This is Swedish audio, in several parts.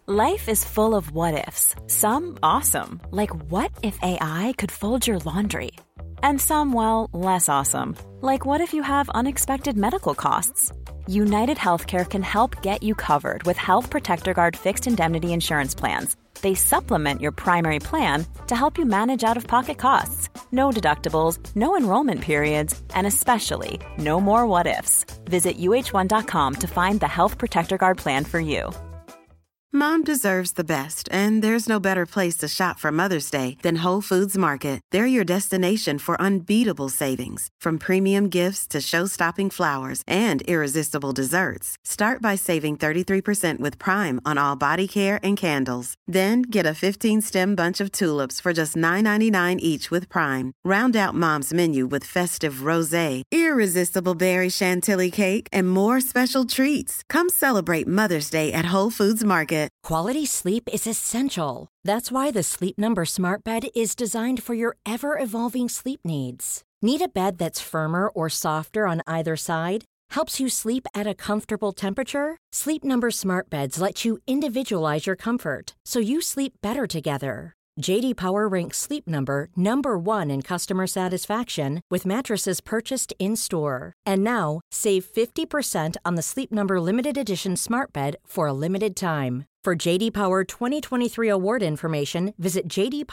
Life is full of what-ifs. Some awesome, like what if AI could fold your laundry? And some, well, less awesome, like what if you have unexpected medical costs? United Healthcare can help get you covered with Health Protector Guard fixed indemnity insurance plans. They supplement your primary plan to help you manage out-of-pocket costs. No deductibles, no enrollment periods, and especially no more what-ifs. Visit uh1.com to find the Health Protector Guard plan for you. Mom deserves the best, and there's no better place to shop for Mother's Day than Whole Foods Market. They're your destination for unbeatable savings, from premium gifts to show-stopping flowers and irresistible desserts. Start by saving 33% with Prime on all body care and candles. Then get a 15-stem bunch of tulips for just $9.99 each with Prime. Round out Mom's menu with festive rosé, irresistible berry chantilly cake, and more special treats. Come celebrate Mother's Day at Whole Foods Market. Quality sleep is essential. That's why the Sleep Number Smart Bed is designed for your ever-evolving sleep needs. Need a bed that's firmer or softer on either side? Helps you sleep at a comfortable temperature? Sleep Number Smart Beds let you individualize your comfort, so you sleep better together. J.D. Power ranks Sleep Number #1 in customer satisfaction with mattresses purchased in-store. And now, save 50% on the Sleep Number Limited Edition Smart Bed for a limited time. For J.D. Power 2023 award information, visit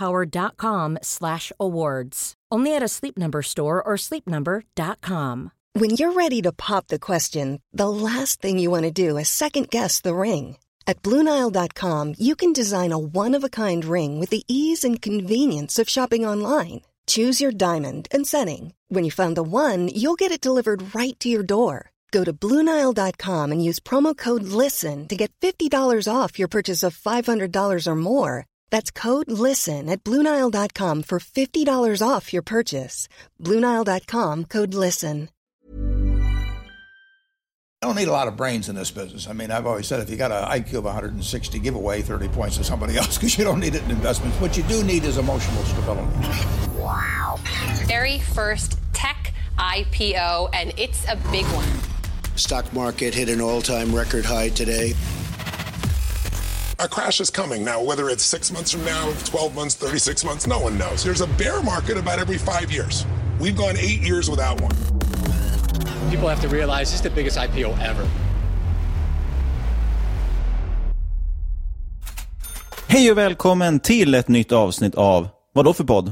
jdpower.com/awards. Only at a Sleep Number store or sleepnumber.com. When you're ready to pop the question, the last thing you want to do is second-guess the ring. At BlueNile.com, you can design a one-of-a-kind ring with the ease and convenience of shopping online. Choose your diamond and setting. When you find the one, you'll get it delivered right to your door. Go to BlueNile.com and use promo code LISTEN to get $50 off your purchase of $500 or more. That's code LISTEN at BlueNile.com for $50 off your purchase. BlueNile.com, code LISTEN. I don't need a lot of brains in this business. I mean, I've always said if you got an IQ of 160, give away 30 points to somebody else because you don't need it in investments. What you do need is emotional stability. Wow. Very first tech IPO, and it's a big one. Stock market hit an all-time record high today. A crash is coming. Now, whether it's 6 months from now, 12 months, 36 months, no one knows. There's a bear market about every 5 years. We've gone 8 years without one. People have to realize this is the biggest IPO ever. Hej och välkommen till ett nytt avsnitt av, vad då för podd?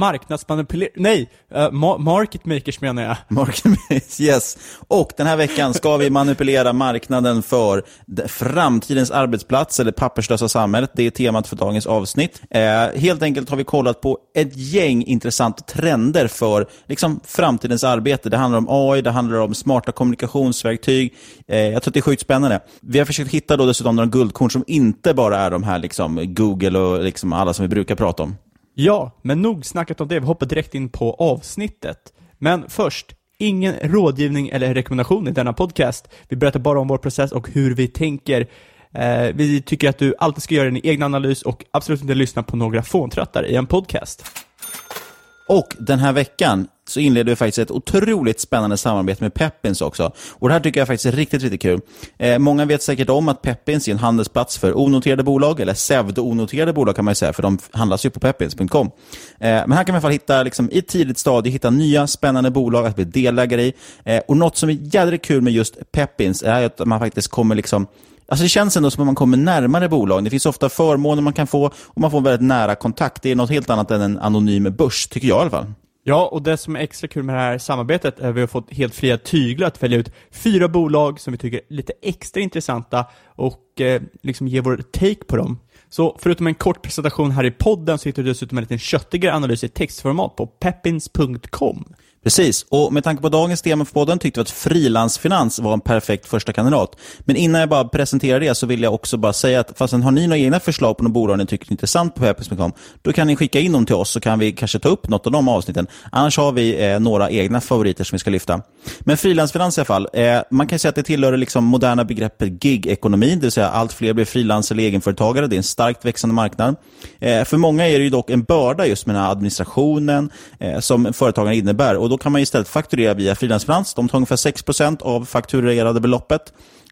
Market Makers menar jag. Market Makers, yes. Och den här veckan ska vi manipulera marknaden för framtidens arbetsplats eller papperslösa samhället. Det är temat för dagens avsnitt. Helt enkelt har vi kollat på ett gäng intressanta trender för liksom framtidens arbete. Det handlar om AI, det handlar om smarta kommunikationsverktyg. Jag tror att det är sjukt spännande. Vi har försökt hitta då dessutom några guldkorn som inte bara är de här liksom Google och liksom alla som vi brukar prata om. Ja, men nog snackat om det. Vi hoppar direkt in på avsnittet. Men först, ingen rådgivning eller rekommendation i denna podcast. Vi berättar bara om vår process och hur vi tänker. Vi tycker att du alltid ska göra din egen analys och absolut inte lyssna på några fåntrattar i en podcast. Och den här veckan så inleder vi faktiskt ett otroligt spännande samarbete med Pepins också. Och det här tycker jag faktiskt är riktigt, riktigt kul. Många vet säkert om att Pepins är en handelsplats för onoterade bolag, eller pseudo-onoterade bolag kan man ju säga, för de handlas ju på pepins.com. Men här kan man i alla fall hitta, liksom, i ett tidigt stadie, hitta nya spännande bolag att bli delägare i. Och något som är jävligt kul med just Pepins är att man faktiskt kommer liksom... Alltså det känns ändå som att man kommer närmare bolagen. Det finns ofta förmåner man kan få och man får väldigt nära kontakt. Det är något helt annat än en anonym börs, tycker jag i alla fall. Ja, och det som är extra kul med det här samarbetet är att vi har fått helt fria tyglar att välja ut 4 bolag som vi tycker är lite extra intressanta och liksom ge vår take på dem. Så förutom en kort presentation här i podden så hittar du dessutom en liten köttigare analys i textformat på pepins.com. Precis, och med tanke på dagens tema för podden tyckte vi att frilansfinans var en perfekt första kandidat. Men innan jag bara presenterar det så vill jag också bara säga att fastän har ni några egna förslag på några bolag ni tycker är intressant på pepins.com, då kan ni skicka in dem till oss så kan vi kanske ta upp något av de avsnitten. Annars har vi några egna favoriter som vi ska lyfta. Men frilansfinans i alla fall, man kan säga att det tillhör liksom moderna begreppet gig-ekonomi. ekonomin, det vill säga allt fler blir frilansare eller egenföretagare. Det är en starkt växande marknad. För många är det ju dock en börda just med den här administrationen som företagarna innebär, och då kan man istället fakturera via Frilansfinans. De tar ungefär 6% av fakturerade beloppet.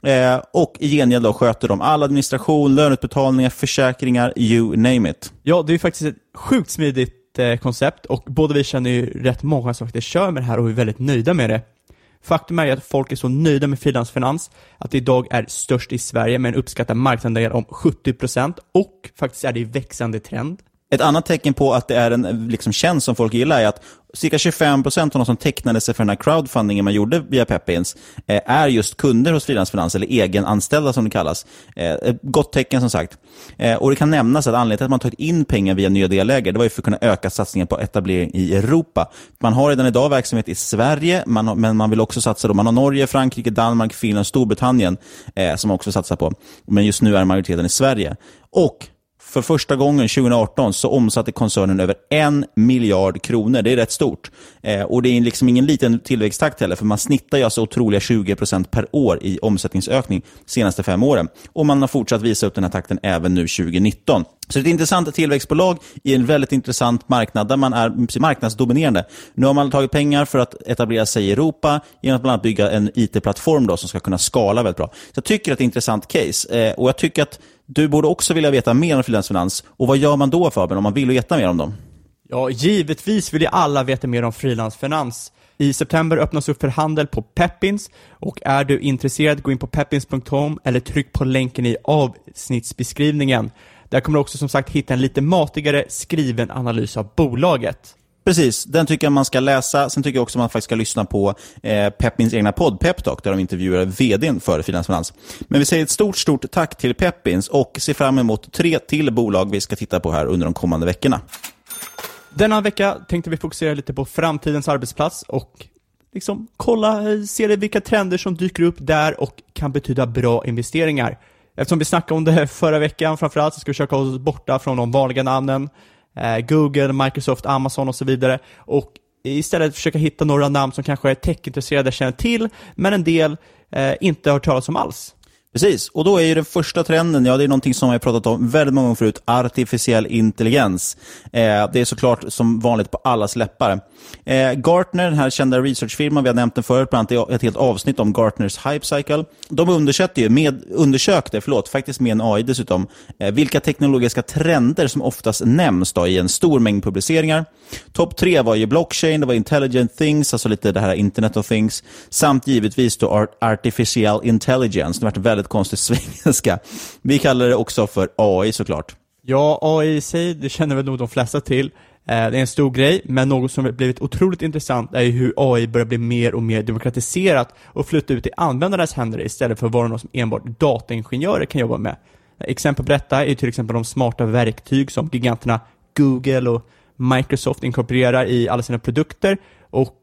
Och i gengäld då sköter de all administration, löneutbetalningar, försäkringar, you name it. Ja, det är faktiskt ett sjukt smidigt koncept, och både vi känner ju rätt många som faktiskt kör med det här och är väldigt nöjda med det. Faktum är att folk är så nöjda med Frilansfinans att det idag är störst i Sverige med en uppskattad marknadsandel om 70%, och faktiskt är det i växande trend. Ett annat tecken på att det är en liksom tjänst som folk gillar är att cirka 25% av de som tecknade sig för den här crowdfundingen man gjorde via Pepins är just kunder hos Frilansfinans, eller egenanställda som det kallas. Ett gott tecken som sagt. Och det kan nämnas att anledningen till att man tagit in pengar via nya delägare, det var ju för att kunna öka satsningen på etablering i Europa. Man har redan idag verksamhet i Sverige, men man vill också satsa då. Man har Norge, Frankrike, Danmark, Finland, Storbritannien som man också satsar på. Men just nu är majoriteten i Sverige. Och för första gången 2018 så omsatte koncernen över 1 miljard kronor. Det är rätt stort. Och det är liksom ingen liten tillväxttakt heller, för man snittar ju alltså otroliga 20% per år i omsättningsökning de senaste 5 åren. Och man har fortsatt visa upp den här takten även nu 2019. Så det är ett intressant tillväxtbolag i en väldigt intressant marknad där man är marknadsdominerande. Nu har man tagit pengar för att etablera sig i Europa genom att bland annat bygga en IT-plattform då som ska kunna skala väldigt bra. Så jag tycker att det är ett intressant case. Och jag tycker att du borde också vilja veta mer om Frilansfinans. Och vad gör man då, Fabian, om man vill veta mer om dem? Ja, givetvis vill ju alla veta mer om Frilansfinans. I september öppnas upp för handel på Pepins, och är du intresserad, gå in på pepins.com eller tryck på länken i avsnittsbeskrivningen. Där kommer du också som sagt hitta en lite matigare skriven analys av bolaget. Precis, den tycker jag man ska läsa. Sen tycker jag också att man faktiskt ska lyssna på Pepins egna podd Pep Talk, där de intervjuar vdn för Frilansfinans. Men vi säger ett stort tack till Pepins och ser fram emot 3 till bolag vi ska titta på här under de kommande veckorna. Denna vecka tänkte vi fokusera lite på framtidens arbetsplats och liksom se vilka trender som dyker upp där och kan betyda bra investeringar. Eftersom vi snackade om det förra veckan framförallt, så ska vi försöka oss borta från de vanliga namnen. Google, Microsoft, Amazon och så vidare, och istället försöka hitta några namn som kanske är techintresserade känner till, men en del inte har talat om alls. Precis, och då är ju den första trenden, ja, det är någonting som jag har pratat om väldigt många gånger förut, artificiell intelligens. Det är såklart som vanligt på allas läppar. Gartner, den här kända researchfirman, vi har nämnt den förut, bland annat ett helt avsnitt om Gartners Hype Cycle. De undersökte faktiskt med en AI dessutom, vilka teknologiska trender som oftast nämns då i en stor mängd publiceringar. Topp 3 var ju blockchain, det var intelligent things, alltså lite det här internet of things, samt givetvis då artificial intelligence. Det har varit väldigt konstigt svengelska. Vi kallar det också för AI såklart. Ja, AI i sig, det känner väl nog de flesta till. Det är en stor grej, men något som har blivit otroligt intressant är ju hur AI börjar bli mer och mer demokratiserat och flytta ut i användarnas händer istället för att vara något som enbart dataingenjörer kan jobba med. Exempel på detta är till exempel de smarta verktyg som giganterna Google och Microsoft inkorporerar i alla sina produkter, och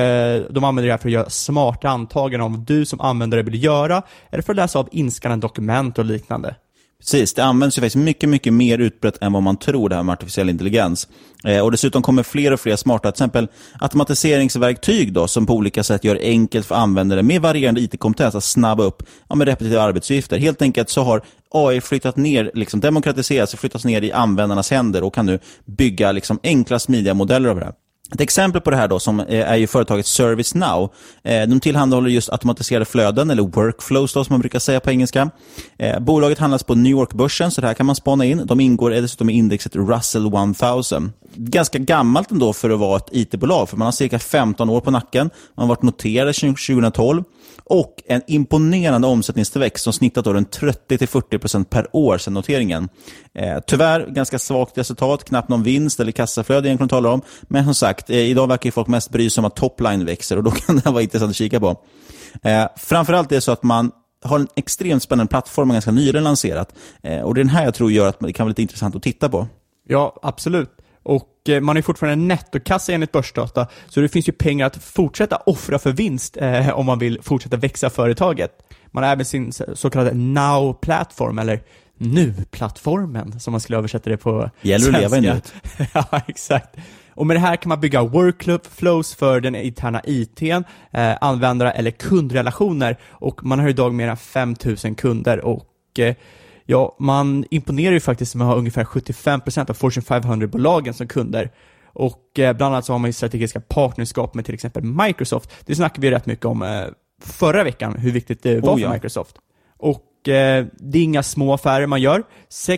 de använder det här för att göra smarta antaganden om vad du som användare vill göra, eller för att läsa av inskannade dokument och liknande. Precis, det används ju faktiskt mycket, mycket mer utbrett än vad man tror, det här med artificiell intelligens. Och dessutom kommer fler och fler smarta, till exempel automatiseringsverktyg då, som på olika sätt gör det enkelt för användare med varierande IT-kompetens att snabba upp med repetitiva arbetsuppgifter. Helt enkelt så har AI flyttat ner, liksom demokratiserats och flyttats ner i användarnas händer och kan nu bygga liksom enkla, smidiga modeller av det här. Ett exempel på det här då som är ju företaget ServiceNow. De tillhandahåller just automatiserade flöden eller workflows då, som man brukar säga på engelska. Bolaget handlas på New York-börsen, så det här kan man spana in. De ingår dessutom i indexet Russell 1000. Ganska gammalt ändå för att vara ett IT-bolag, för man har cirka 15 år på nacken. Man har varit noterad 2012 och en imponerande omsättningstillväxt som snittat då runt 30-40% per år sedan noteringen. Tyvärr ganska svagt resultat, knappt någon vinst eller kassaflöde egentligen talar om. Men som sagt, idag verkar ju folk mest bry sig om att topline växer, och då kan det vara intressant att kika på. Framförallt är det så att man har en extremt spännande plattform, ganska nyligen lanserat. Och det är den här jag tror gör att det kan vara lite intressant att titta på. Ja, absolut. Och man är fortfarande en nettokassa enligt börsdata, så det finns ju pengar att fortsätta offra för vinst om man vill fortsätta växa företaget. Man har även sin så kallade Now-plattform, eller Nu-plattformen som man skulle översätta det på gäller att leva i nuet. Ja, exakt. Och med det här kan man bygga workflows för den interna IT:n, användare eller kundrelationer, och man har idag mer än 5000 kunder, och ja, man imponerar ju faktiskt med att ha ungefär 75% av Fortune 500-bolagen som kunder. Och bland annat så har man ju strategiska partnerskap med till exempel Microsoft. Det snackade vi rätt mycket om förra veckan, hur viktigt det var för Microsoft. Och det är inga små affärer man gör.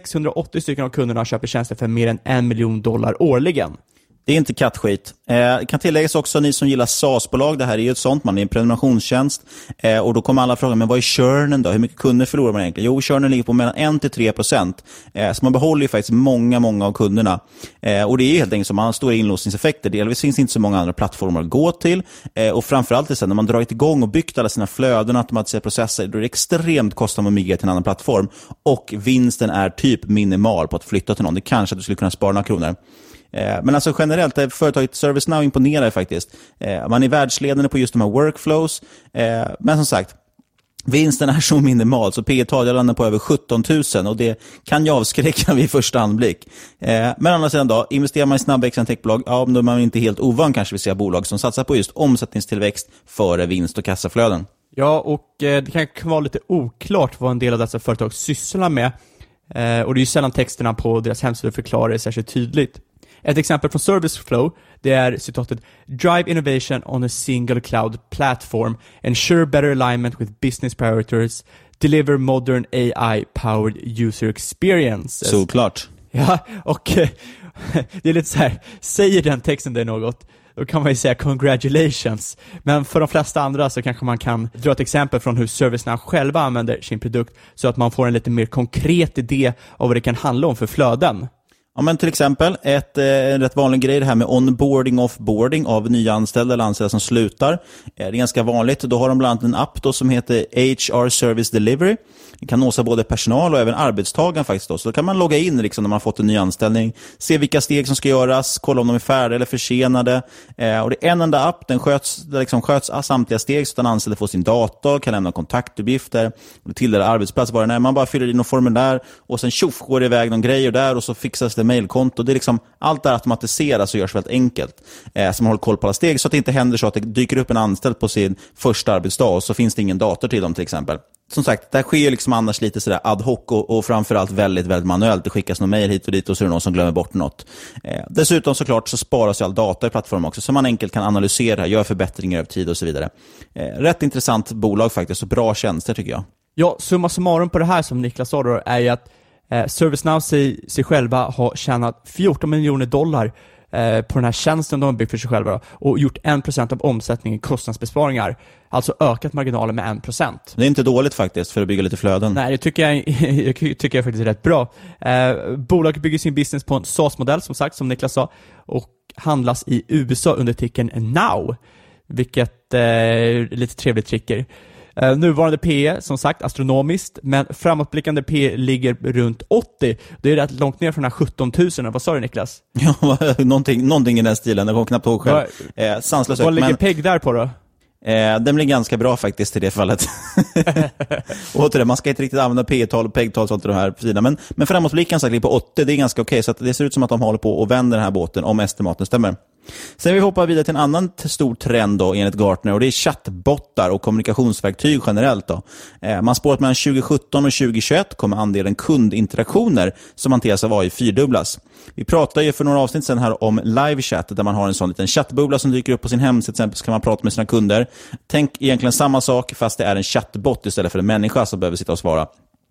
680 stycken av kunderna köper tjänster för mer än $1 miljon årligen. Det är inte kattskit. Kan tilläggas också, ni som gillar SaaS-bolag, det här är ju ett sånt, man är en prenumerationstjänst. Och då kommer alla fråga, men vad är churnen då? Hur mycket kunder förlorar man egentligen? Jo, churnen ligger på mellan 1-3%. Så man behåller ju faktiskt många av kunderna. Och det är ju helt enkelt som man har stora inlåsningseffekter. Delvis finns inte så många andra plattformar att gå till. Och framförallt sen när man dragit igång och byggt alla sina flöden, automatiserade processer, då är det extremt kostsamt att migrera till en annan plattform. Och vinsten är typ minimal på att flytta till någon. Det kanske att du skulle kunna spara några kronor. Men alltså generellt, företaget ServiceNow imponerar faktiskt. Man är världsledande på just de här workflows. Men som sagt, vinsten är så minimal så P/E-talet landar på över 17 000 och det kan ju avskräcka vid första anblick. Men andra sidan då, investerar man i snabbväxande techbolag, ja, då är man inte helt ovan kanske vill säga bolag som satsar på just omsättningstillväxt före vinst och kassaflöden. Ja, och det kan vara lite oklart vad en del av dessa företag sysslar med. Och det är ju sällan texterna på deras hemsida förklarar det särskilt tydligt. Ett exempel från ServiceFlow, det är citatet "Drive innovation on a single cloud platform, ensure better alignment with business priorities, deliver modern AI-powered user experience." Såklart. Ja, och det är lite så här, säger den texten det något, då kan man ju säga congratulations. Men för de flesta andra så kanske man kan dra ett exempel från hur ServiceNow själva använder sin produkt så att man får en lite mer konkret idé av vad det kan handla om för flöden. Ja, men till exempel en rätt vanlig grej det här med onboarding och offboarding av nya anställda eller anställda som slutar. Det är ganska vanligt. Då har de bland annat en app då som heter HR Service Delivery. Det kan nåsa både personal och även arbetstagaren faktiskt då. Så då kan man logga in liksom när man fått en ny anställning, se vilka steg som ska göras, kolla om de är färdiga eller försenade. Och det är en enda app, den sköts samtliga steg så att den anställde får sin dator, kan lämna kontaktuppgifter och tilldelar arbetsplats bara när man bara fyller in någon formulär och sen tjoff går det iväg någon grej och där och så fixas det mailkonto. Det är liksom, allt där automatiseras och görs väldigt enkelt. Så man håller koll på alla steg så att det inte händer så att det dyker upp en anställd på sin första arbetsdag och så finns det ingen dator till dem till exempel. Som sagt, där sker liksom annars lite sådär ad hoc och framförallt väldigt, väldigt manuellt. Det skickas någon mejl hit och dit och så är det någon som glömmer bort något. Dessutom såklart så sparas ju all data i plattformen också så man enkelt kan analysera, göra förbättringar över tid och så vidare. Rätt intressant bolag faktiskt och bra tjänster tycker jag. Ja, summa summarum på det här som Niklas sa då är ju att ServiceNow sig själva har tjänat $14 miljoner på den här tjänsten de har byggt för sig själva då, och gjort 1% av omsättningen kostnadsbesparingar. Alltså ökat marginalen med 1%. Det är inte dåligt faktiskt för att bygga lite flöden. Nej, det tycker jag faktiskt är rätt bra. Bolaget bygger sin business på en SaaS-modell som sagt, som Niklas sa, och handlas i USA under ticken NOW, vilket är lite trevligt tricker. Nuvarande PE, som sagt, astronomiskt, men framåtblickande PE ligger runt 80. Det är rätt långt ner från den här 17 000. Vad sa du, Niklas? Ja, någonting i den stilen. Jag kom knappt ihåg själv. Sanslöst. Vad ligger PEG där på då? Den blir ganska bra faktiskt i det fallet. Och till det, man ska inte riktigt använda P-tal och PEG-tal sånt i de här sidorna. Men framåtblicken ligger på 80, det är ganska okej. Så att det ser ut som att de håller på och vänder den här båten om estimaten stämmer. Sen vi hoppar vidare till en annan stor trend då, enligt Gartner, och det är chattbottar och kommunikationsverktyg generellt då. Man spår att mellan 2017 och 2021 kommer andelen kundinteraktioner som hanteras av AI fyrdubblas. Vi pratade ju för några avsnitt sedan här om live-chat där man har en sån liten chattbubbla som dyker upp på sin hemsida, till exempel så kan man prata med sina kunder. Tänk egentligen samma sak fast det är en chattbot istället för en människa som behöver sitta och svara.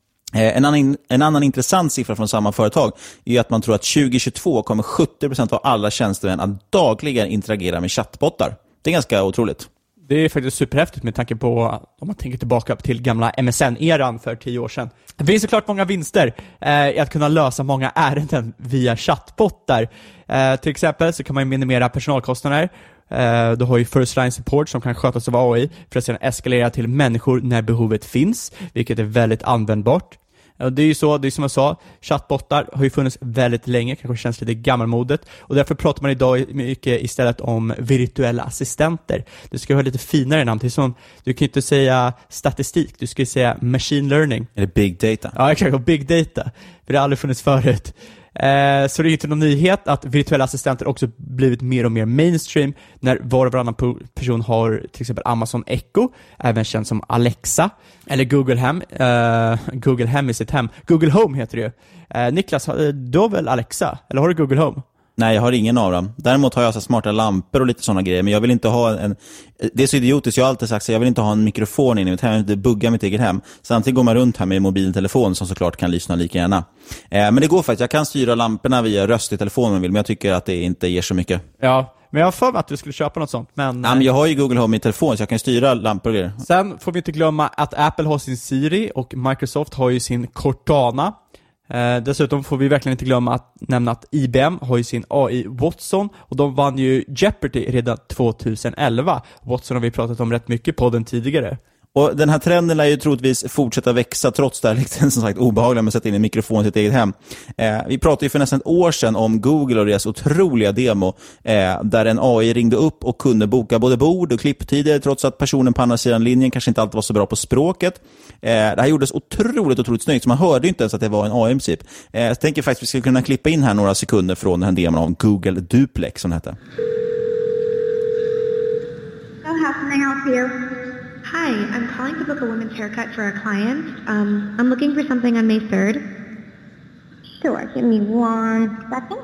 En annan intressant siffra från samma företag är att man tror att 2022 kommer 70% av alla tjänstemän att dagligen interagera med chattbottar. Det är ganska otroligt. Det är faktiskt superhäftigt med tanke på om man tänker tillbaka till gamla MSN-eran för 10 år sedan. Det finns såklart många vinster i att kunna lösa många ärenden via chattbottar. Till exempel så kan man minimera personalkostnader. Du har ju first line support som kan skötas av AI för att sedan eskalera till människor när behovet finns, vilket är väldigt användbart. Det är ju så, det är som jag sa, chattbottar har ju funnits väldigt länge, kanske känns lite gammalmodet, och därför pratar man idag mycket istället om virtuella assistenter. Du ska ha lite finare namn, till som, du kan ju inte säga statistik, du ska säga machine learning. Eller big data. Ja, exakt, och big data, för det har aldrig funnits förut. Så det är inte någon nyhet att virtuella assistenter också blivit mer och mer mainstream när var och varannan person har till exempel Amazon Echo, även känd som Alexa, eller Google Hem i sitt hem. Google Home heter det ju. Niklas, du har väl Alexa? Eller har du Google Home? Nej, jag har ingen av dem. Däremot har jag så smarta lampor och lite sådana grejer. Men jag vill inte ha en... Det är så idiotiskt, jag har alltid sagt så jag vill inte ha en mikrofon inne i mitt hem. Jag vill inte bugga mitt eget hem. Samtidigt går man runt här med en mobiltelefon som såklart kan lyssna lika gärna. Men det går faktiskt. Jag kan styra lamporna via röst i telefonen, men jag tycker att det inte ger så mycket. Ja, men jag har för mig att du skulle köpa något sånt. Men jag har ju Google Home i telefon så jag kan styra lampor och grejer. Sen får vi inte glömma att Apple har sin Siri och Microsoft har ju sin Cortana. Dessutom får vi verkligen inte glömma att nämna att IBM har ju sin AI Watson och de vann ju Jeopardy redan 2011. Watson har vi pratat om rätt mycket på den tidigare. Och den här trenden lär ju troligtvis fortsätta växa trots det här liksom, som sagt obehagliga med att sätta in en mikrofon i sitt eget hem. Vi pratade ju för nästan ett år sedan om Google och deras otroliga demo där en AI ringde upp och kunde boka både bord och klipptider trots att personen på andra sidan linjen kanske inte alltid var så bra på språket. Det här gjordes otroligt snyggt så man hörde ju inte ens att det var en AI i princip. Jag tänker faktiskt att vi skulle kunna klippa in här några sekunder från den här demon av Google Duplex som det heter. So how can I help you? Hi, I'm calling to book a women's haircut for a client. I'm looking for something on May 3rd. Sure, give me 1 second.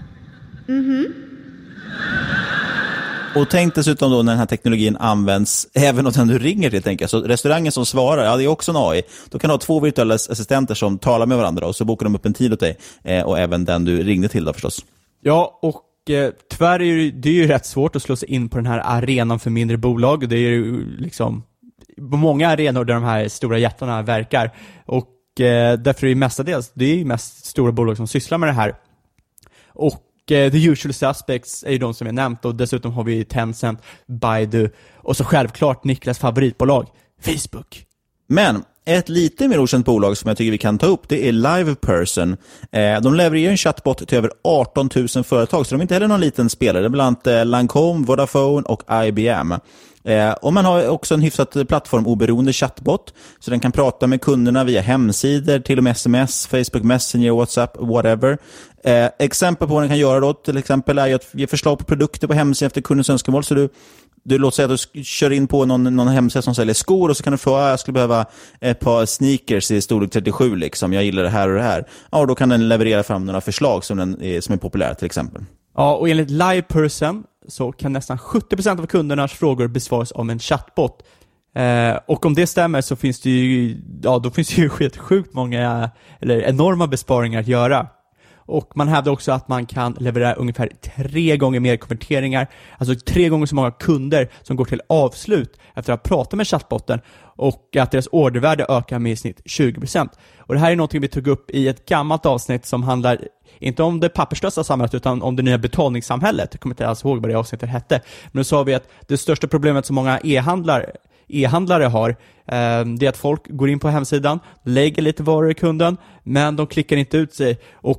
Och tänk dessutom då när den här teknologin används även åt den du ringer till, tänker jag. Så restaurangen som svarar, ja det är också en AI. Då kan du ha 2 virtuella assistenter som talar med varandra och så bokar de upp en tid åt dig. Och även den du ringde till då förstås. Ja, och tyvärr är det är ju rätt svårt att slå sig in på den här arenan för mindre bolag. Det är ju liksom på många arenor där de här stora jättarna verkar. Och därför är det mestadels, det är ju mest stora bolag som sysslar med det här. Och the usual suspects är ju de som jag nämnt. Och dessutom har vi Tencent, Baidu och så självklart Niklas favoritbolag, Facebook. Men ett lite mer okänt bolag som jag tycker vi kan ta upp, det är LivePerson. De levererar en chatbot till över 18 000 företag, så de är inte heller någon liten spelare. Bland annat Lancome, Vodafone och IBM. Och man har också en hyfsat plattformoberoende chatbot, så den kan prata med kunderna via hemsidor, till och med sms, Facebook Messenger, WhatsApp, whatever. Exempel på vad den kan göra då till exempel är att ge förslag på produkter på hemsidan efter kundens önskemål. Så du låter säga att du kör in på någon hemsida som säljer skor och så kan du få, jag skulle behöva ett par sneakers i storlek 37 liksom, jag gillar det här och det här. Ja, och då kan den leverera fram några förslag som är populära till exempel. Ja, och enligt LivePerson så kan nästan 70% av kundernas frågor besvaras av en chatbot. Och om det stämmer så finns det ju, då finns det ju sjukt många, eller enorma besparingar att göra. Och man hävdar också att man kan leverera ungefär 3 gånger mer konverteringar, alltså 3 gånger så många kunder som går till avslut efter att ha pratat med chatbotten, och att deras ordervärde ökar med i snitt 20%. Och det här är någonting vi tog upp i ett gammalt avsnitt som handlar inte om det papperslösa samhället utan om det nya betalningssamhället. Jag kommer inte alls ihåg vad det avsnittet hette. Men då sa vi att det största problemet som många e-handlare har, det är att folk går in på hemsidan, lägger lite varor i kunden, men de klickar inte ut sig. Och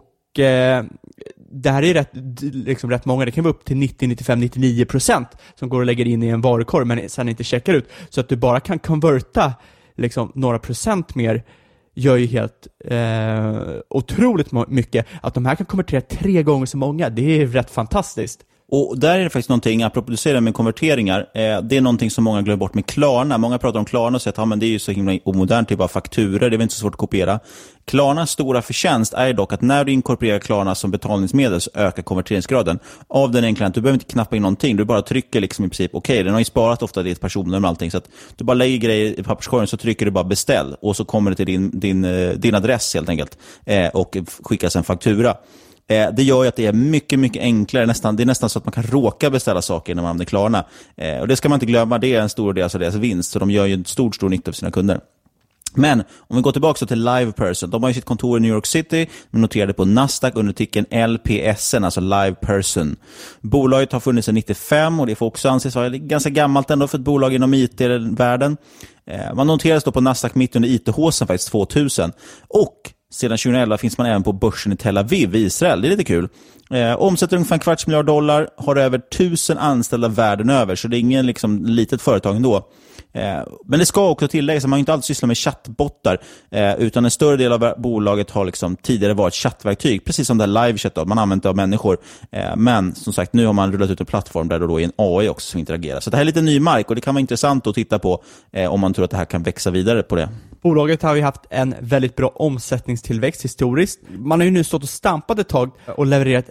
det här är rätt många, det kan vara upp till 90, 95, 99% som går och lägger in i en varukorg men sen inte checkar ut. Så att du bara kan konverta liksom några procent mer gör ju helt otroligt mycket. Att de här kan konvertera 3 gånger så många, det är rätt fantastiskt. Och där är det faktiskt någonting, apropå du säger med konverteringar, det är någonting som många glömmer bort med Klarna. Många pratar om Klarna och säger att men det är ju så himla omodernt, typ av fakturer, det är väl inte så svårt att kopiera. Klarnas stora förtjänst är dock att när du inkorporerar Klarna som betalningsmedel så ökar konverteringsgraden. Av den enkla att du behöver inte knappa in någonting, du bara trycker liksom i princip, okej, den har ju sparat ofta ditt personnummer och allting, så att du bara lägger grejer i papperskorgen, så trycker du bara beställ och så kommer det till din adress helt enkelt och skickas en faktura. Det gör ju att det är mycket, mycket enklare. Det är nästan så att man kan råka beställa saker när man använder Klarna. Och det ska man inte glömma, det är en stor del av deras vinst. Så de gör ju en stor nytta för sina kunder. Men om vi går tillbaka till LivePerson. De har ju sitt kontor i New York City, men noterade på Nasdaq under ticken LPSN, alltså LivePerson. Bolaget har funnits sedan 95 och det får också anses vara ganska gammalt ändå för ett bolag inom IT-världen. Man noteras då på Nasdaq mitt under IT-håsen faktiskt 2000. Och sedan 2011 finns man även på börsen i Tel Aviv i Israel. Det är lite kul. Omsätter ungefär $250 miljarder, har över 1000 anställda världen över, så det är ingen liksom litet företag ändå. Men det ska också tilläggas att man inte alltid sysslar med chattbottar, utan en större del av bolaget har liksom tidigare varit chattverktyg, precis som det här LiveChat då, man använt av människor. Men som sagt, nu har man rullat ut en plattform där det då är en AI också som interagerar. Så det här är lite ny mark och det kan vara intressant att titta på om man tror att det här kan växa vidare på det. Bolaget har ju haft en väldigt bra omsättningstillväxt historiskt. Man har ju nu stått och stampat ett tag och levererat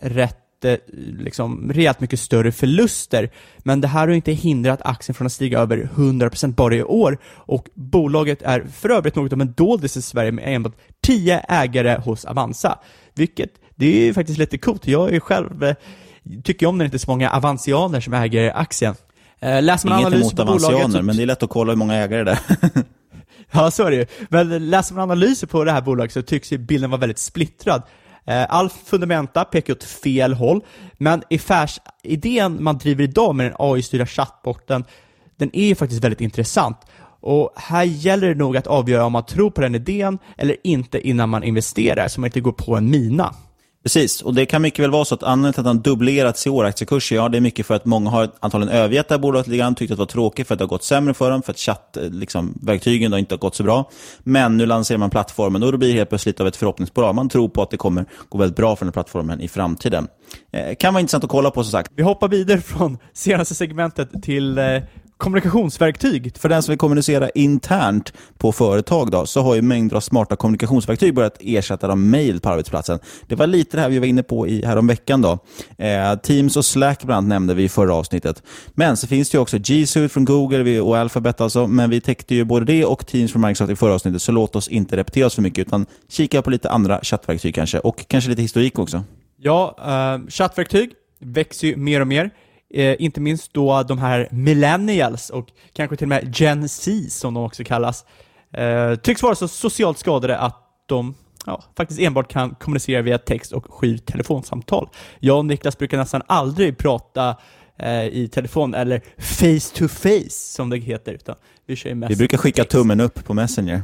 rejält mycket större förluster. Men det här har ju inte hindrat aktien från att stiga över 100% bara i år. Och bolaget är för övrigt något av en doldis i Sverige med enbart 10 ägare hos Avanza. Vilket, det är ju faktiskt lite coolt. Jag är själv, tycker om när det inte är så många avansianer som äger aktien. Läser man inget analyser emot på bolaget, men det är lätt att kolla hur många ägare det är. Ja, så är det ju. Men läser man analyser på det här bolaget så tycks ju bilden vara väldigt splittrad. All fundamenta pekar åt fel håll, men affärsidén man driver idag med den AI-styrda chattbotten, den är ju faktiskt väldigt intressant. Och här gäller det nog att avgöra om man tror på den idén eller inte innan man investerar, så man inte går på en mina. Precis, och det kan mycket väl vara så att anledningen till att han dubblerats i år aktiekurser, ja, det är mycket för att många har antagligen övergett det här bolaget lite grann, tyckt att det var tråkigt för att det har gått sämre för dem, för att verktygen då inte har gått så bra. Men nu lanserar man plattformen och då blir det helt plötsligt av ett förhoppningsbolag. Man tror på att det kommer gå väldigt bra för den här plattformen i framtiden. Kan vara intressant att kolla på, som sagt. Vi hoppar vidare från senaste segmentet till kommunikationsverktyg. För den som vill kommunicera internt på företag då, så har ju mängder av smarta kommunikationsverktyg börjat ersätta de mejl på arbetsplatsen. Det var lite det här vi var inne på här om veckan då. Teams och Slack bland annat nämnde vi i förra avsnittet. Men så finns det ju också G Suite från Google och Alphabet alltså, men vi täckte ju både det och Teams från Microsoft i förra avsnittet, så låt oss inte repetera oss för mycket utan kika på lite andra chattverktyg kanske, och kanske lite historik också. Ja, chattverktyg växer ju mer och mer. Inte minst då de här millennials och kanske till och med Gen Z som de också kallas, tycks vara så socialt skadade att de faktiskt enbart kan kommunicera via text och telefonsamtal. Jag och Niklas brukar nästan aldrig prata i telefon eller face to face som det heter, utan vi brukar skicka tummen upp på Messenger.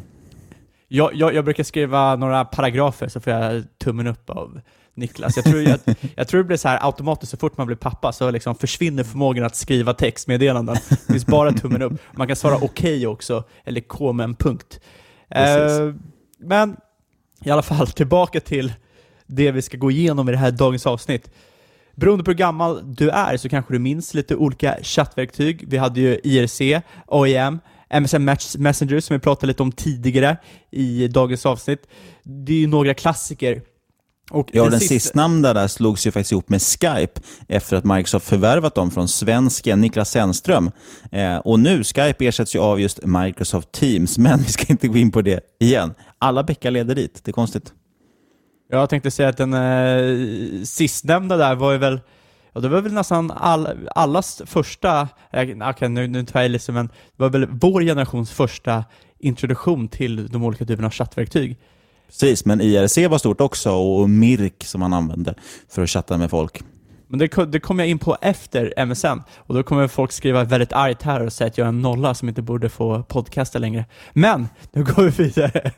Jag brukar skriva några paragrafer så får jag tummen upp av Niklas. Jag tror det blir så här automatiskt så fort man blir pappa, så liksom försvinner förmågan att skriva textmeddelanden. Det finns bara tummen upp. Man kan svara okej också, eller K med en punkt. Men i alla fall tillbaka till det vi ska gå igenom i det här dagens avsnitt. Beroende på hur gammal du är så kanske du minns lite olika chattverktyg. Vi hade ju IRC, OEM, MSN Messenger som vi pratade lite om tidigare i dagens avsnitt. Det är ju några klassiker. Och den sistnämnda där slogs ju faktiskt ihop med Skype efter att Microsoft förvärvat dem från svensken Niklas Sennström. Och nu, Skype ersätts ju av just Microsoft Teams, men vi ska inte gå in på det igen. Alla bäckar leder dit, det är konstigt. Jag tänkte säga att den sistnämnda där var ju väl, det var väl nästan allas första, nu tar jag liksom, men det var väl vår generations första introduktion till de olika typerna av chattverktyg. Precis, men IRC var stort också, och Mirk som man använde för att chatta med folk. Men det kom jag in på efter MSN, och då kommer folk skriva väldigt argt här och säga att jag är en nolla som inte borde få podcasta längre. Men, nu går vi vidare.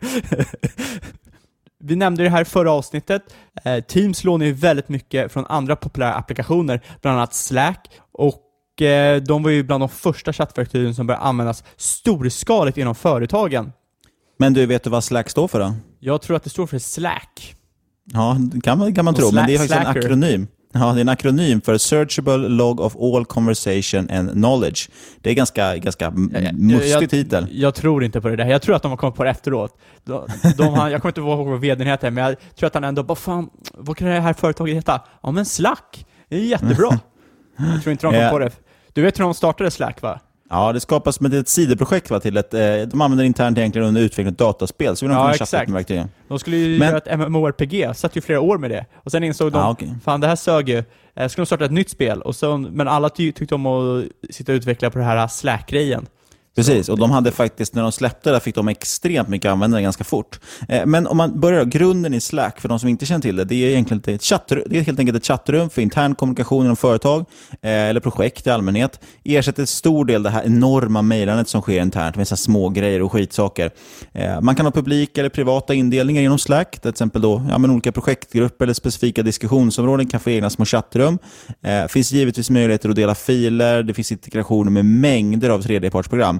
Vi nämnde det här förra avsnittet. Teams lånar ju väldigt mycket från andra populära applikationer, bland annat Slack, och de var ju bland de första chattverktygen som började användas storskaligt inom företagen. Men du, vet du vad Slack står för då? Jag tror att det står för Slack. Ja, kan man tro, men det är faktiskt en akronym. Ja, det är en akronym för Searchable Log of All Conversation and Knowledge. Det är ganska mustig titel. Jag tror inte på det där. Jag tror att de har kommit på det efteråt. Jag kommer inte ihåg vad vdn heter, men jag tror att han ändå bara, fan, vad kan det här företaget heta? Ja, men Slack. Det är jättebra. Jag tror inte de kom på det. Du vet hur de startade Slack, va? Ja, det skapas med ett sidoprojekt till de använder internt egentligen under utveckling av dataspel, så vill de kunna chatta med verktygen. De skulle ju göra ett MMORPG, satt ju flera år med det. Och sen insåg de, fan det här sög ju. Skulle de starta ett nytt spel, och så, men alla tyckte om att sitta och utveckla på det här Slack-grejen. Precis, och de hade faktiskt, när de släppte det, fick de extremt mycket användare ganska fort. Men om man börjar grunden i Slack, för de som inte känner till det, det är egentligen helt enkelt ett chattrum för intern kommunikation inom företag eller projekt i allmänhet. Ersätter stor del det här enorma mejlandet som sker internt med så små grejer och skitsaker. Man kan ha publika eller privata indelningar inom Slack, till exempel då, olika projektgrupper eller specifika diskussionsområden kan få egna små chattrum. Finns givetvis möjligheter att dela filer, det finns integrationer med mängder av tredjepartsprogram.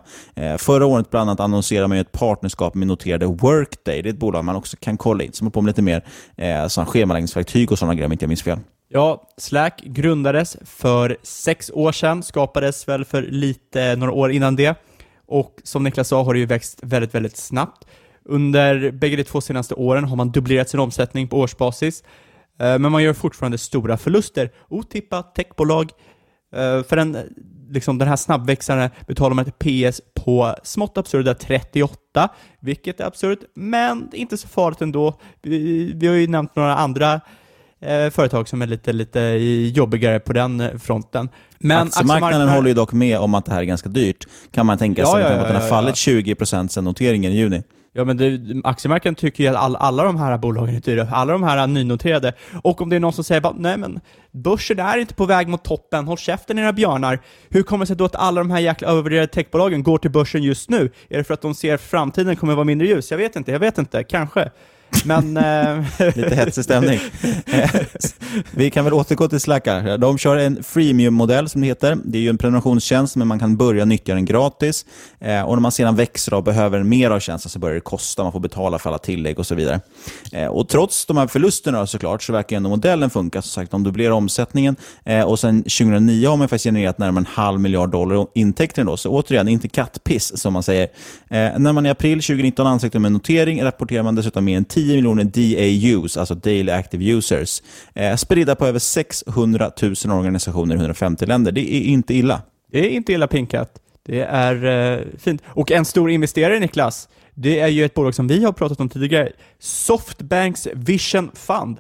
Förra året bland annat annonserade man ju ett partnerskap med noterade Workday. Det är ett bolag man också kan kolla in som har på med lite mer schemaläggningsverktyg och sådana grejer om inte jag minns fel. Ja, Slack grundades för 6 år sedan, skapades väl för några år innan det. Och som Niklas sa har det ju växt väldigt, väldigt snabbt. Under bägge de 2 senaste åren har man dubblerat sin omsättning på årsbasis. Men man gör fortfarande stora förluster. Otippat techbolag. För den här snabbväxaren betalar man ett PS på smått absurda 38. Vilket är absurt, men inte så farligt ändå. Vi har ju nämnt några andra företag som är lite jobbigare på den fronten. Men aktiemarknaden håller ju dock med om att det här är ganska dyrt. Kan man tänka sig att den har fallit 20% sedan noteringen i juni. Ja, men aktiemarknaden tycker ju att alla de här bolagen är dyra. Alla de här är nynoterade. Och om det är någon som säger bara, nej men börsen är inte på väg mot toppen. Håll käften era björnar. Hur kommer det sig då att alla de här jäkla övervärderade techbolagen går till börsen just nu? Är det för att de ser att framtiden kommer vara mindre ljus? Jag vet inte. Kanske. Men lite hetsig stämning. Vi kan väl återgå till Slack här. De kör en freemium-modell som det heter. Det är ju en prenumerationstjänst, men man kan börja nyttja den gratis. Och när man sedan växer och behöver mer av tjänsten så börjar det kosta. Man får betala för alla tillägg och så vidare. Och trots de här förlusterna såklart så verkar ändå modellen funka. Som sagt, de dubblerar omsättningen. Och sen 2009 har man faktiskt genererat närmare $500 miljarder intäkter då. Så återigen, inte kattpiss som man säger. När man i april 2019 ansökte om en notering rapporterar man dessutom med en 10 miljoner DAUs, alltså Daily Active Users, spridda på över 600 000 organisationer i 150 länder. Det är inte illa. Det är inte illa pinkat. Det är fint. Och en stor investerare, Niklas, det är ju ett bolag som vi har pratat om tidigare. Softbanks Vision Fund.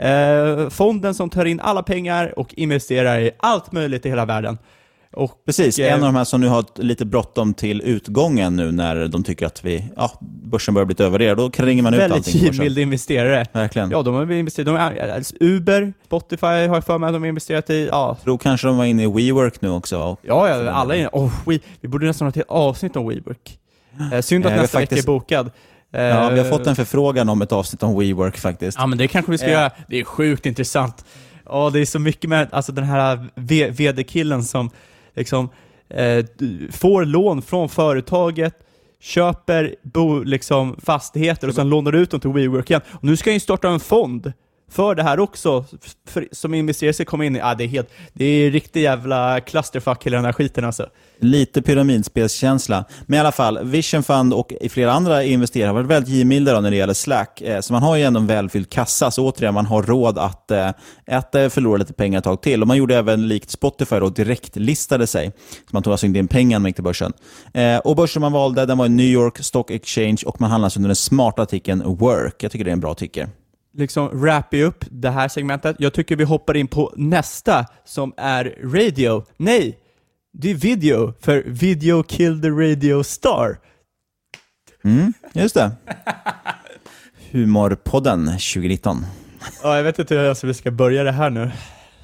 Fonden som tar in alla pengar och investerar i allt möjligt i hela världen. Och precis, en av de här som nu har lite bråttom till utgången nu när de tycker att börsen börjar bli övervärderad, då ringer man ut allting. Väldigt givmild investerare. Verkligen. Ja, de har investerat. Uber, Spotify har jag för mig att de har investerat i. Ja. Jag tror kanske de var inne i WeWork nu också. Ja, alla är inne. Vi borde nästan ha ett helt avsnitt om WeWork. Synd att nästa vecka är bokad. Ja, vi har fått en förfrågan om ett avsnitt om WeWork faktiskt. Ja, men det kanske vi ska göra. Det är sjukt intressant. Det är så mycket med alltså den här vd-killen som liksom får lån från företaget, köper fastigheter och sen lånar ut dem till WeWork igen. Och nu ska jag starta en fond för det här också, som investerare ska komma in i. Det är riktigt jävla clusterfuck hela den här skiten alltså. Lite pyramidspelskänsla. Men i alla fall, Vision Fund och flera andra investerare har varit väldigt givmilda när det gäller Slack. Så man har ju ändå en välfylld kassa, så återigen man har råd att förlora lite pengar ett tag till. Och man gjorde även likt Spotify och direkt listade sig. Så man tog alltså inte in pengar med till börsen. Och börsen man valde, den var i New York Stock Exchange och man handlas under den smarta artikeln Work. Jag tycker det är en bra artikel. Wrap upp det här segmentet. Jag tycker vi hoppar in på nästa som är radio. Nej, det är video, för video killed the radio star. Just det. Humorpodden 2019. Ja, jag vet inte hur vi ska börja det här nu.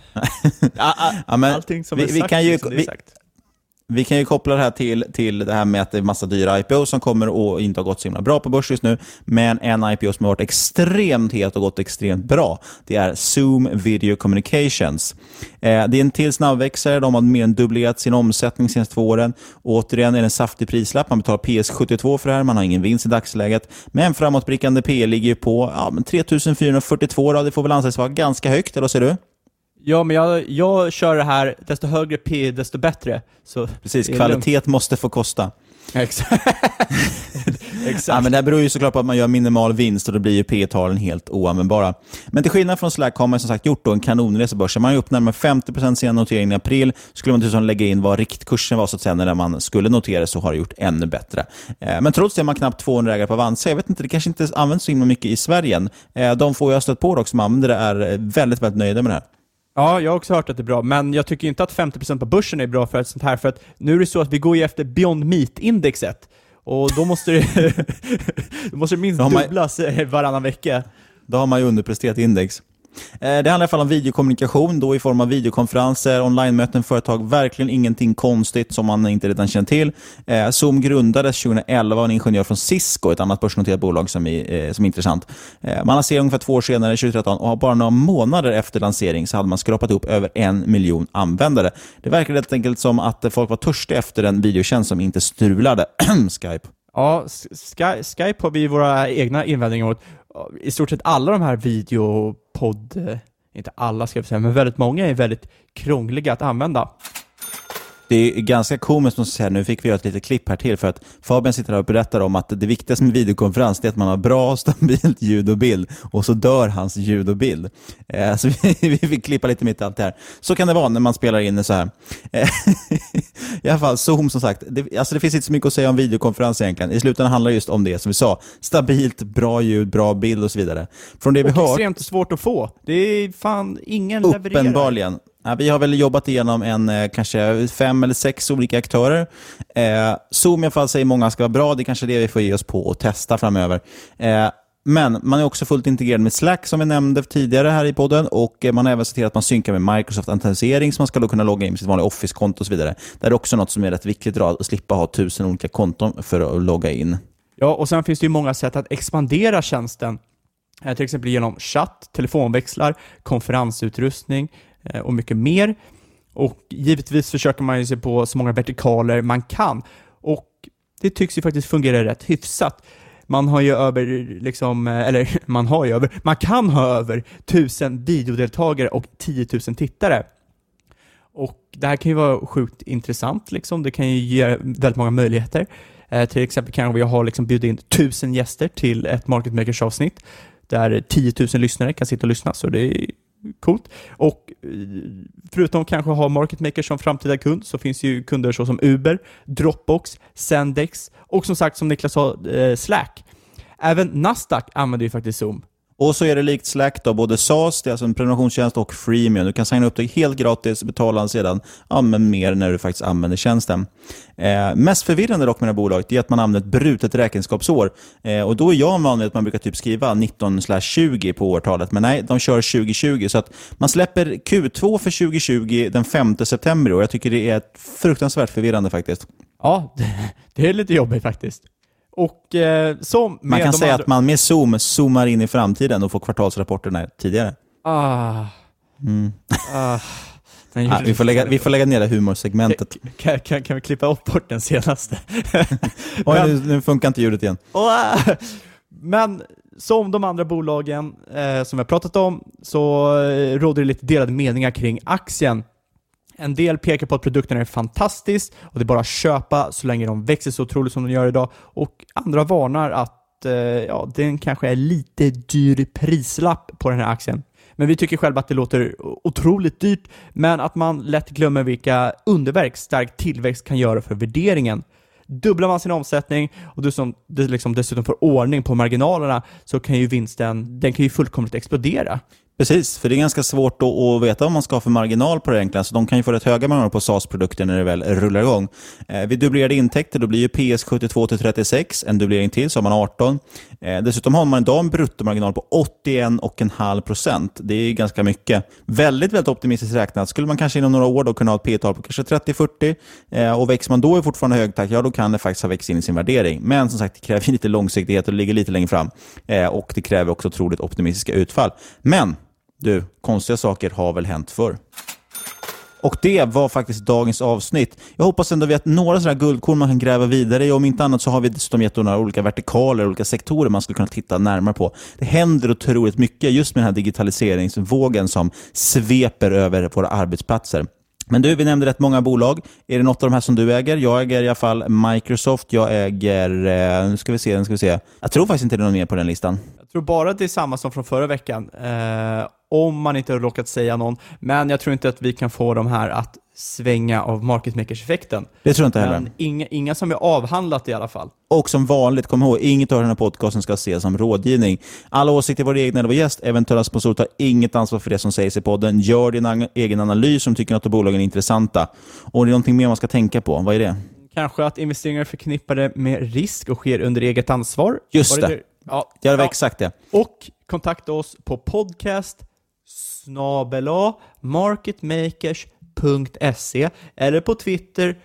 Allting som är sagt, är sagt. Vi kan ju koppla det här till det här med att det är massa dyra IPO som kommer och inte har gått så himla bra på börs just nu. Men en IPO som har varit extremt het och gått extremt bra, det är Zoom Video Communications. Det är en till snabbväxare. De har mer än dubblerat sin omsättning senaste 2 åren. Återigen är det en saftig prislapp. Man betalar PS72 för det här. Man har ingen vinst i dagsläget. Men framåtblickande P ligger ju på 3442 då. Det får väl anses vara ganska högt, eller vad säger du? Ja, men jag kör det här, desto högre P, desto bättre. Så precis, kvalitet måste få kosta. Exakt. Ja, men det beror ju såklart på att man gör minimal vinst och då blir ju P-talen helt oanvändbara. Men till skillnad från Slack har man som sagt gjort då en kanonresa börsen. Man har öppnat med 50% sedan noteringen i april. Skulle man dessutom lägga in vad riktkursen var så att säga när man skulle notera, så har det gjort ännu bättre. Men trots det har man knappt 200 ägare på Avanza. Jag vet inte, det kanske inte används så himla mycket i Sverige. De får jag stött på dock som använder det är väldigt, väldigt nöjda med det här. Ja, jag har också hört att det är bra, men jag tycker inte att 50% på börsen är bra för ett sånt här, för att nu är det så att vi går ju efter Beyond Meat-indexet och då måste det minst dubblas varannan vecka. Då har man ju underpresterat index. Det handlar i alla fall om videokommunikation då i form av videokonferenser, online-möten, företag. Verkligen ingenting konstigt som man inte redan känner till. Zoom grundades 2011 av en ingenjör från Cisco, ett annat börsnoterat bolag som är intressant. Man lanserade ungefär 2 år senare, 2013, och bara några månader efter lansering så hade man skrapat upp över 1 miljon användare. Det verkar helt enkelt som att folk var törstiga efter en videotjänst som inte strulade. Skype. Ja, Skype har vi våra egna invändningar mot. I stort sett alla de här inte alla ska jag säga, men väldigt många är väldigt krångliga att använda. Det är ganska komiskt måste jag säga. Nu fick vi göra ett litet klipp här till för att Fabian sitter här och berättar om att det viktigaste med videokonferens är att man har bra stabilt ljud och bild och så dör hans ljud och bild. Så vi fick klippa lite mitt i allt det här. Så kan det vara när man spelar in så här. I alla fall Zoom som sagt. Det finns inte så mycket att säga om videokonferens egentligen. I slutändan handlar det just om det som vi sa. Stabilt, bra ljud, bra bild och så vidare. Från det vi hör. Extremt svårt att få. Det är fan ingen levererar. Uppenbarligen. Ja, vi har väl jobbat igenom kanske 5 eller 6 olika aktörer. Zoom i alla fall säger många ska vara bra. Det är kanske det vi får ge oss på och testa framöver. Men man är också fullt integrerad med Slack som vi nämnde tidigare här i podden. Och man har även sett till att man synkar med Microsoft-autentisering så man ska då kunna logga in med sitt vanliga Office-konto och så vidare. Det är också något som är rätt viktigt att slippa ha 1000 olika konton för att logga in. Ja, och sen finns det ju många sätt att expandera tjänsten. Till exempel genom chatt, telefonväxlar, konferensutrustning och mycket mer. Och givetvis försöker man ju se på så många vertikaler man kan. Och det tycks ju faktiskt fungera rätt hyfsat. Man kan ha över 1000 videodeltagare och 10 000 tittare. Och det här kan ju vara sjukt intressant liksom. Det kan ju ge väldigt många möjligheter. Till exempel kan vi ha bjudit in 1000 gäster till ett Market Makers avsnitt där 10 000 lyssnare kan sitta och lyssna, så det är coolt. Och förutom kanske ha Market Makers som framtida kund så finns ju kunder så som Uber, Dropbox, Sendex och som sagt som Niklas sa Slack. Även Nasdaq använder ju faktiskt Zoom. Och så är det likt Slack då, både SaaS, det är alltså en prenumerationstjänst, och freemium. Du kan signa upp dig helt gratis, betala sedan men mer när du faktiskt använder tjänsten. Mest förvirrande dock med det här bolaget är att man använder ett brutet räkenskapsår. Och då är jag vanlig att man brukar typ skriva 19/20 på årtalet. Men nej, de kör 2020. Så att man släpper Q2 för 2020 den 5 september. Och jag tycker det är fruktansvärt förvirrande faktiskt. Ja, det är lite jobbigt faktiskt. Och man kan säga att man med Zoom zoomar in i framtiden och får kvartalsrapporterna tidigare. Vi får lägga ner det humorsegmentet. Kan vi klippa upp bort den senaste? Nu funkar inte ljudet igen. Men som de andra bolagen som vi har pratat om så råder det lite delade meningar kring aktien. En del pekar på att produkterna är fantastiskt och det är bara att köpa så länge de växer så otroligt som de gör idag. Och andra varnar att den kanske är lite dyr prislapp på den här aktien. Men vi tycker själva att det låter otroligt dyrt, men att man lätt glömmer vilka underverk stark tillväxt kan göra för värderingen. Dubblar man sin omsättning och dessutom får ordning på marginalerna så kan ju vinsten, den kan ju fullkomligt explodera. Precis, för det är ganska svårt att veta vad man ska ha för marginal på det egentligen. Så de kan ju få rätt höga marginaler på SaaS-produkter när det väl rullar igång. Vid dubblerade intäkter då blir ju PS 72-36, en dubblering till så har man 18. Dessutom har man idag en bruttomarginal på 81,5%. Det är ganska mycket. Väldigt, väldigt optimistiskt räknat. Skulle man kanske inom några år då kunna ha ett P-tal på kanske 30-40 och växer man då i fortfarande hög takt, då kan det faktiskt ha växt in i sin värdering. Men som sagt, det kräver lite långsiktighet och ligger lite längre fram. Och det kräver också otroligt optimistiska utfall. Men du, konstiga saker har väl hänt förr. Och det var faktiskt dagens avsnitt. Jag hoppas ändå att några sådana guldkorn man kan gräva vidare i. Om inte annat så har vi dessutom gett några olika vertikaler, olika sektorer man skulle kunna titta närmare på. Det händer otroligt mycket just med den här digitaliseringsvågen som sveper över våra arbetsplatser. Men du, vi nämnde rätt många bolag. Är det något av de här som du äger? Jag äger i alla fall Microsoft. Jag äger, nu ska vi se. Jag tror faktiskt inte det är någon mer på den listan. Jag tror bara att det är samma som från förra veckan. Om man inte har råkat säga någon. Men jag tror inte att vi kan få de här att svänga av market makers-effekten. Det tror jag inte heller. Men inga som är avhandlat i alla fall. Och som vanligt, kom ihåg, inget av den här podcasten ska ses som rådgivning. Alla åsikter var egna eller var gäst. Eventuella sponsorer tar inget ansvar för det som sägs i podden. Gör din egen analys som tycker att bolagen är intressanta. Och det är någonting mer man ska tänka på. Vad är det? Kanske att investeringar är förknippade med risk och sker under eget ansvar. Just det. Ja, det var exakt det. Och kontakta oss på podcast @marketmakers.se eller på Twitter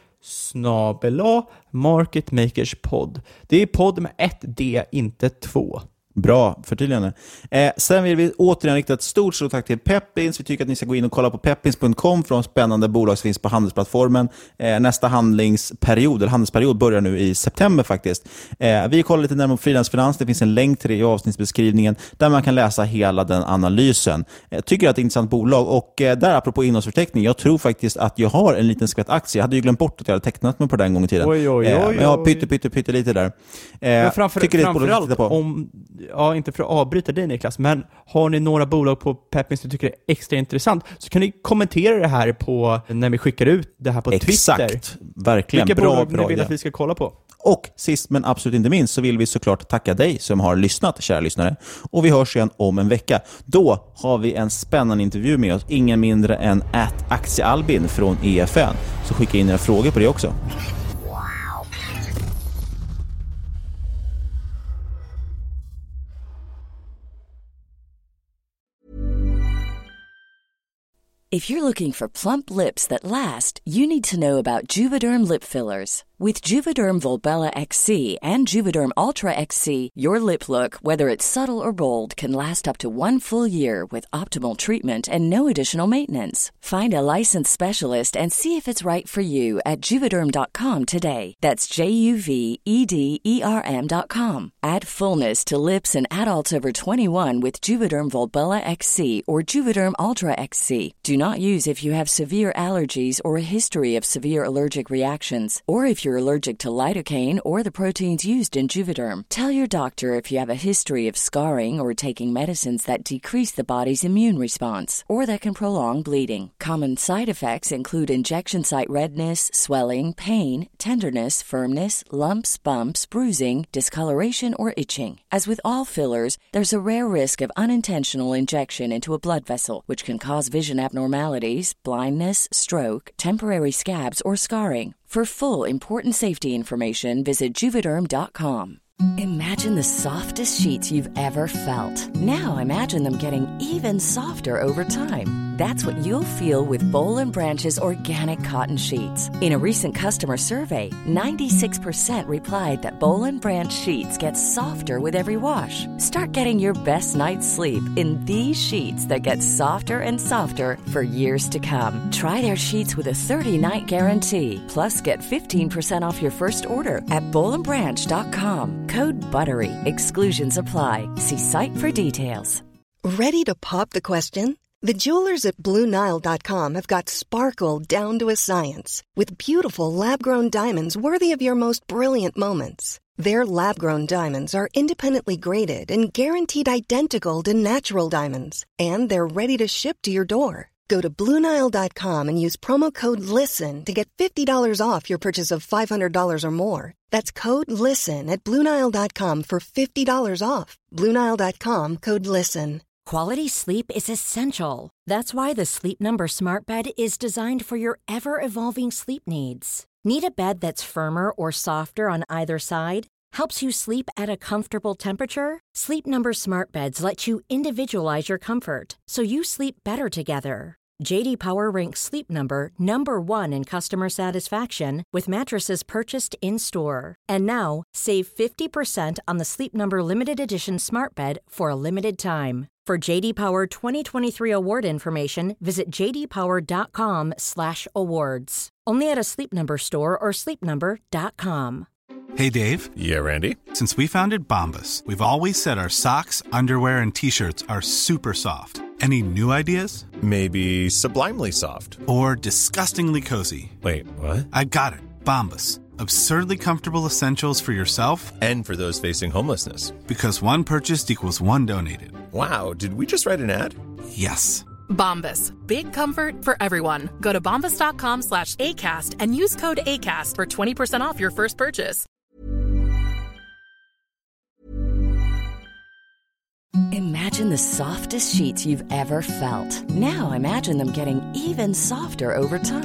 @marketmakerspod. Det är podd med 1 D, inte 2. Bra förtydligande. Sen vill vi återigen rikta ett stort tack till Peppins. Vi tycker att ni ska gå in och kolla på peppins.com för de spännande bolag som finns på handelsplattformen. Nästa handelsperiod börjar nu i september faktiskt. Vi kollar lite närmare på frilansfinans. Det finns en länk till det i avsnittsbeskrivningen där man kan läsa hela den analysen. Jag tycker att det är ett intressant bolag och där apropå innehållsförteckning, jag tror faktiskt att jag har en liten skvätt aktie. Jag hade ju glömt bort att jag hade tecknat mig på den gången i tiden. Men jag har pytte lite där. Men framförallt inte för att avbryta dig Niklas, men har ni några bolag på Peppins som tycker det är extra intressant så kan ni kommentera det här på när vi skickar ut det här på Twitter. Exakt, verkligen. Vilka bra bolag ni vill att vi ska kolla på. Och sist men absolut inte minst så vill vi såklart tacka dig som har lyssnat, kära lyssnare. Och vi hörs igen om en vecka. Då har vi en spännande intervju med oss, ingen mindre än @aktiealbin från EFN. Så skicka in era frågor på det också. If you're looking for plump lips that last, you need to know about Juvederm lip fillers. With Juvederm Volbella XC and Juvederm Ultra XC, your lip look, whether it's subtle or bold, can last up to 1 full year with optimal treatment and no additional maintenance. Find a licensed specialist and see if it's right for you at Juvederm.com today. That's JUVEDERM.com. Add fullness to lips in adults over 21 with Juvederm Volbella XC or Juvederm Ultra XC. Do not use if you have severe allergies or a history of severe allergic reactions, or if you're allergic to lidocaine or the proteins used in Juvederm. Tell your doctor if you have a history of scarring or taking medicines that decrease the body's immune response or that can prolong bleeding. Common side effects include injection site redness, swelling, pain, tenderness, firmness, lumps, bumps, bruising, discoloration, or itching. As with all fillers, there's a rare risk of unintentional injection into a blood vessel, which can cause vision abnormalities, blindness, stroke, temporary scabs, or scarring. For full, important safety information, visit Juvederm.com. Imagine the softest sheets you've ever felt. Now imagine them getting even softer over time. That's what you'll feel with Boll & Branch's organic cotton sheets. In a recent customer survey, 96% replied that Boll & Branch sheets get softer with every wash. Start getting your best night's sleep in these sheets that get softer and softer for years to come. Try their sheets with a 30-night guarantee. Plus, get 15% off your first order at bollandbranch.com. Code BUTTERY. Exclusions apply. See site for details. Ready to pop the question? The jewelers at BlueNile.com have got sparkle down to a science with beautiful lab-grown diamonds worthy of your most brilliant moments. Their lab-grown diamonds are independently graded and guaranteed identical to natural diamonds, and they're ready to ship to your door. Go to BlueNile.com and use promo code LISTEN to get $50 off your purchase of $500 or more. That's code LISTEN at BlueNile.com for $50 off. BlueNile.com, code LISTEN. Quality sleep is essential. That's why the Sleep Number Smart Bed is designed for your ever-evolving sleep needs. Need a bed that's firmer or softer on either side? Helps you sleep at a comfortable temperature? Sleep Number Smart Beds let you individualize your comfort so you sleep better together. J.D. Power ranks Sleep Number #1 in customer satisfaction with mattresses purchased in-store. And now, save 50% on the Sleep Number Limited Edition Smart Bed for a limited time. For J.D. Power 2023 award information, visit jdpower.com/awards. Only at a Sleep Number store or sleepnumber.com. Hey, Dave. Yeah, Randy. Since we founded Bombas, we've always said our socks, underwear, and T-shirts are super soft. Any new ideas? Maybe sublimely soft. Or disgustingly cozy. Wait, what? I got it. Bombas. Absurdly comfortable essentials for yourself and for those facing homelessness. Because one purchased equals one donated. Wow, did we just write an ad? Yes. Bombas. Big comfort for everyone. Go to bombas.com/ACAST and use code ACAST for 20% off your first purchase. Imagine the softest sheets you've ever felt. Now imagine them getting even softer over time.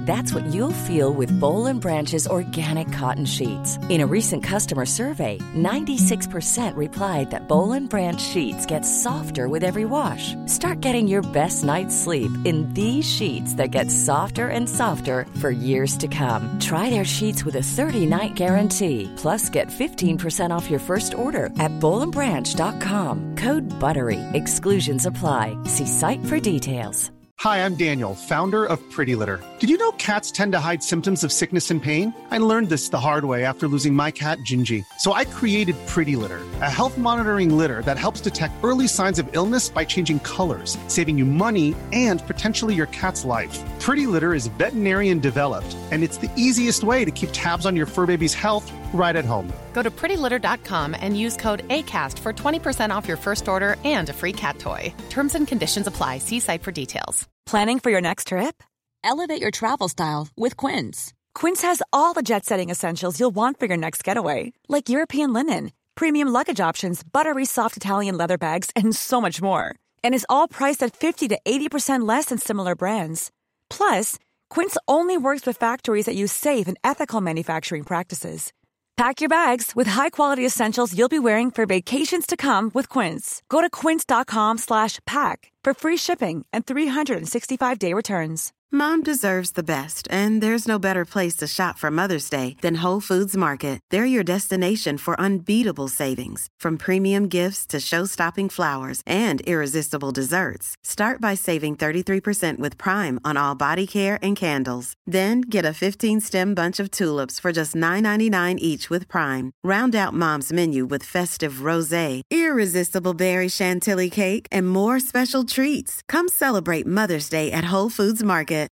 That's what you'll feel with Bowl and Branch's organic cotton sheets. In a recent customer survey, 96% replied that Bowl and Branch sheets get softer with every wash. Start getting your best night's sleep in these sheets that get softer and softer for years to come. Try their sheets with a 30-night guarantee. Plus, get 15% off your first order at bowlandbranch.com. Code BUTTERY. Exclusions apply. See site for details. Hi, I'm Daniel, founder of Pretty Litter. Did you know cats tend to hide symptoms of sickness and pain? I learned this the hard way after losing my cat, Gingy. So I created Pretty Litter, a health monitoring litter that helps detect early signs of illness by changing colors, saving you money and potentially your cat's life. Pretty Litter is veterinarian developed, and it's the easiest way to keep tabs on your fur baby's health right at home. Go to prettylitter.com and use code ACAST for 20% off your first order and a free cat toy. Terms and conditions apply. See site for details. Planning for your next trip? Elevate your travel style with Quince. Quince has all the jet-setting essentials you'll want for your next getaway, like European linen, premium luggage options, buttery soft Italian leather bags, and so much more. And is all priced at 50 to 80% less than similar brands. Plus, Quince only works with factories that use safe and ethical manufacturing practices. Pack your bags with high-quality essentials you'll be wearing for vacations to come with Quince. Go to quince.com/pack for free shipping and 365-day returns. Mom deserves the best, and there's no better place to shop for Mother's Day than Whole Foods Market. They're your destination for unbeatable savings, from premium gifts to show-stopping flowers and irresistible desserts. Start by saving 33% with Prime on all body care and candles. Then get a 15-stem bunch of tulips for just $9.99 each with Prime. Round out Mom's menu with festive rosé, irresistible berry chantilly cake, and more special treats. Come celebrate Mother's Day at Whole Foods Market.